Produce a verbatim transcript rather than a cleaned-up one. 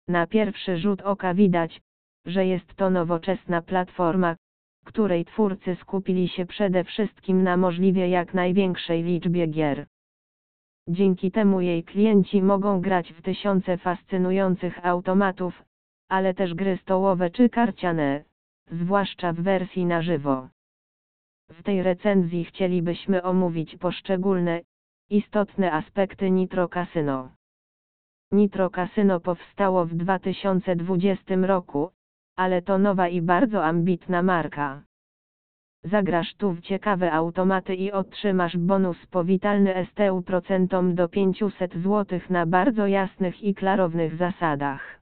Na pierwszy rzut oka widać, że jest to nowoczesna platforma, której twórcy skupili się przede wszystkim na możliwie jak największej liczbie gier. Dzięki temu jej klienci mogą grać w tysiące fascynujących automatów, ale też gry stołowe czy karciane, zwłaszcza w wersji na żywo. W tej recenzji chcielibyśmy omówić poszczególne, istotne aspekty Nitro Casino. Nitro Casino powstało w dwa tysiące dwudziestym roku, ale to nowa i bardzo ambitna marka. Zagrasz tu w ciekawe automaty i otrzymasz bonus powitalny S T U procentom do pięćset złotych na bardzo jasnych i klarownych zasadach.